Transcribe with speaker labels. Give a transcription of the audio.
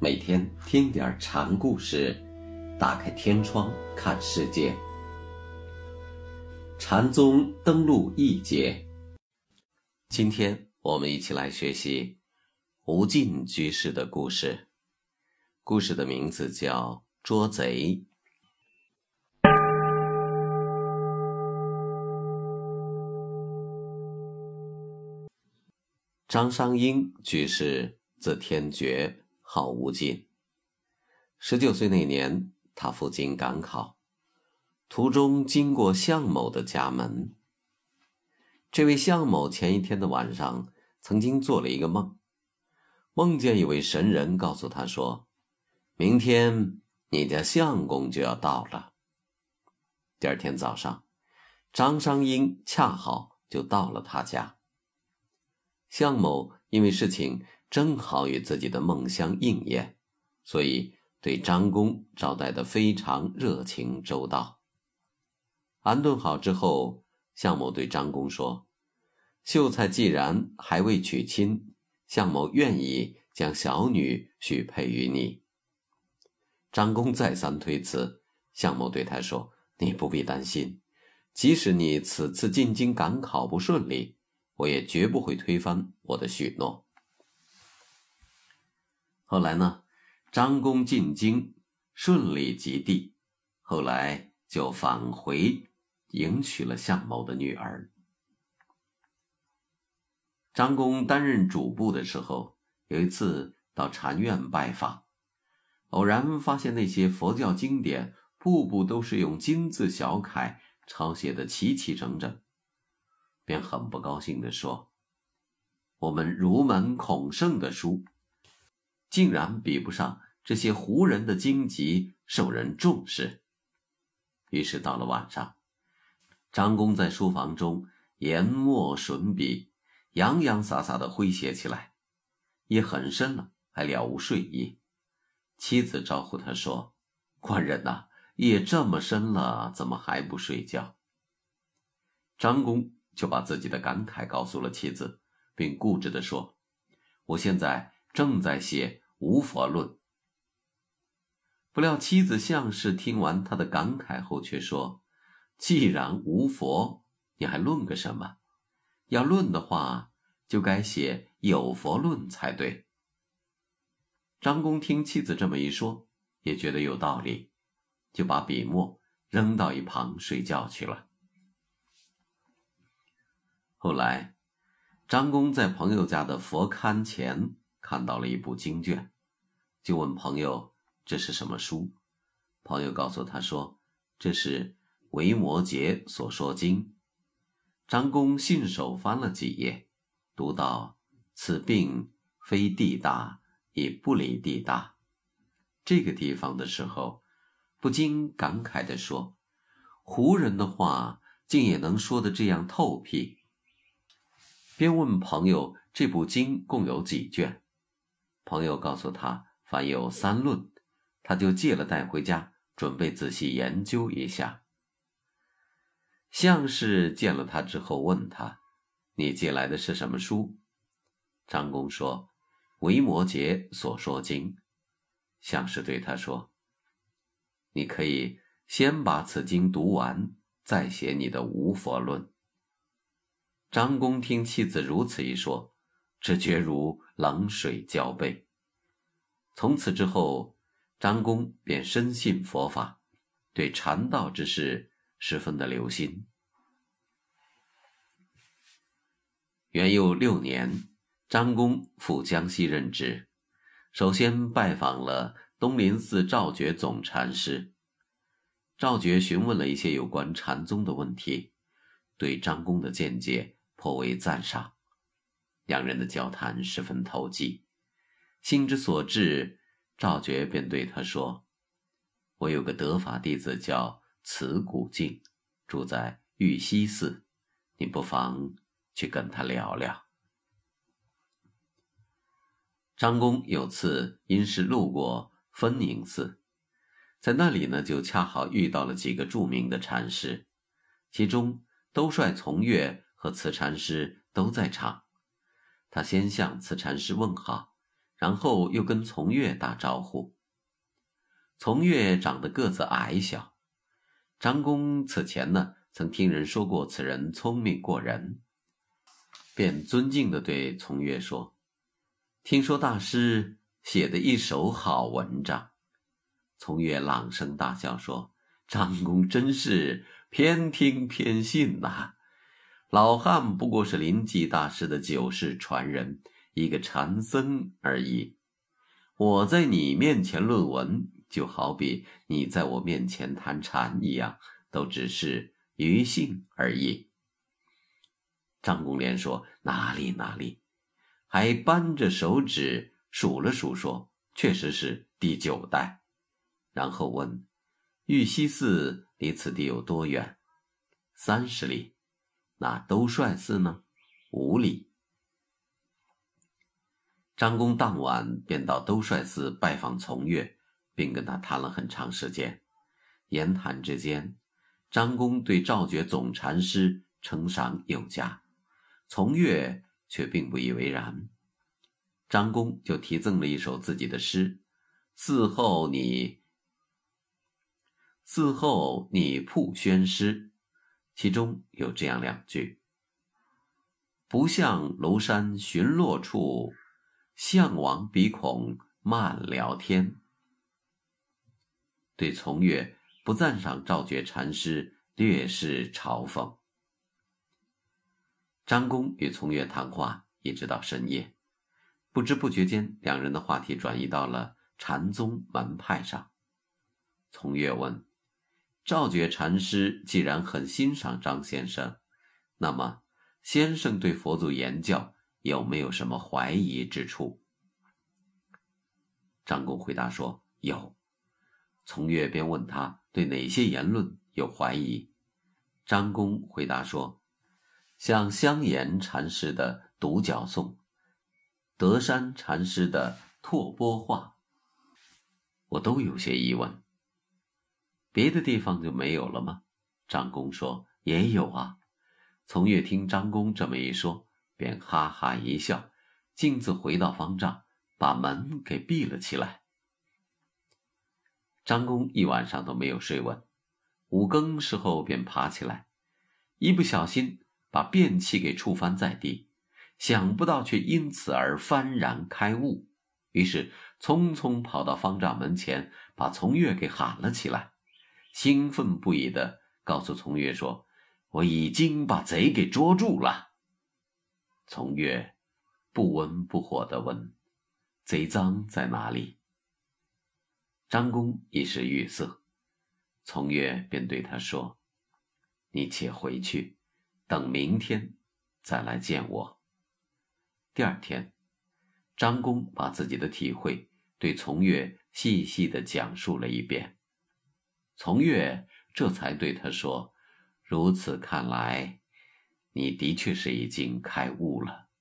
Speaker 1: 每天听点禅故事，打开天窗看世界。禅宗登陆一节，今天我们一起来学习无尽居士的故事。故事的名字叫捉贼。张商英居士字天觉，号无尽。19岁那年，他赴京赶考，途中经过向某的家门。这位向某前一天的晚上曾经做了一个梦，梦见一位神人告诉他说，明天你家相公就要到了。第二天早上，张商英恰好就到了他家。向某因为事情正好与自己的梦相应验，所以对张公招待得非常热情周到。安顿好之后，向某对张公说，秀才既然还未娶亲，向某愿意将小女许配于你。张公再三推辞，向某对他说，你不必担心，即使你此次进京赶考不顺利，我也绝不会推翻我的许诺。后来呢，张公进京顺利及第，后来就返回迎娶了向某的女儿。张公担任主簿的时候，有一次到禅院拜访，偶然发现那些佛教经典步步都是用金字小楷抄写的齐齐整整，便很不高兴地说，我们儒门孔圣的书竟然比不上这些胡人的经籍受人重视。于是到了晚上，张公在书房中研墨吮笔，洋洋洒洒地挥写起来，夜很深了，还了无睡意。妻子招呼他说，官人呐，夜这么深了，怎么还不睡觉？张公就把自己的感慨告诉了妻子，并固执地说，我现在正在写无佛论。不料妻子向氏听完他的感慨后却说，既然无佛，你还论个什么？要论的话，就该写有佛论才对。张公听妻子这么一说，也觉得有道理，就把笔墨扔到一旁睡觉去了。后来，张公在朋友家的佛龛前看到了一部经卷，就问朋友这是什么书。朋友告诉他说，这是维摩诘所说经。张公信手翻了几页，读到此病非地大，亦不离地大这个地方的时候，不禁感慨地说，胡人的话竟也能说得这样透辟。便问朋友这部经共有几卷，朋友告诉他凡有3论，他就借了带回家，准备仔细研究一下。向氏见了他之后问他，你借来的是什么书？张公说，维摩诘所说经。向氏对他说，你可以先把此经读完，再写你的无佛论。张公听妻子如此一说，只觉如冷水浇背。从此之后，张公便深信佛法，对禅道之事十分的留心。元佑6年，张公赴江西任职，首先拜访了东林寺赵觉总禅师。赵觉询问了一些有关禅宗的问题，对张公的见解颇为赞赏，两人的交谈十分投机。兴之所至，赵觉便对他说，我有个得法弟子叫慈古净，住在玉溪寺，你不妨去跟他聊聊。张公有次因事路过分宁寺，在那里呢，就恰好遇到了几个著名的禅师，其中兜率从岳和慈禅师都在场。他先向慈禅师问好， 然后又跟从月打招呼。从月长得个子矮小，张公此前呢曾听人说过此人聪明过人，便尊敬地对从月说：听说大师写的一手好文章。从月朗声大笑说：张公真是偏听偏信呐，老汉不过是临济大师的九世传人，一个禅僧而已。我在你面前论文，就好比你在我面前谈禅一样，都只是余兴而已。张公连说：哪里哪里，还扳着手指数了数说：确实是第9代。然后问：玉溪寺离此地有多远？30里。那兜率寺呢？5里。张公当晚便到兜率寺拜访从月，并跟他谈了很长时间。言谈之间，张公对赵觉总禅师称赏有加，从月却并不以为然。张公就题赠了一首自己的诗：嗣后你铺宣诗，其中有这样2句：不向庐山寻落处，向往鼻孔慢聊天。对从月不赞赏赵觉禅师，略是嘲讽。张公与从月谈话一直到深夜，不知不觉间2人的话题转移到了禅宗门派上。从月问：赵觉禅师既然很欣赏张先生，那么先生对佛祖言教有没有什么怀疑之处？张公回答说：有。从月便问他对哪些言论有怀疑。张公回答说：像香严禅师的独角颂，德山禅师的拓钵话，我都有些疑问。别的地方就没有了吗？张公说：也有啊。从月听张公这么一说，便哈哈一笑，径自回到方丈，把门给闭了起来。张公一晚上都没有睡稳，5更时候便爬起来，一不小心把便器给触翻在地，想不到却因此而幡然开悟，于是匆匆跑到方丈门前，把从月给喊了起来，兴奋不已地告诉从月说：我已经把贼给捉住了。从月不温不火地问：贼赃在哪里？张公一时语塞，从月便对他说：你且回去，等明天再来见我。第2天，张公把自己的体会对从月细细地讲述了一遍。从月这才对他说：如此看来，你的确是已经开悟了。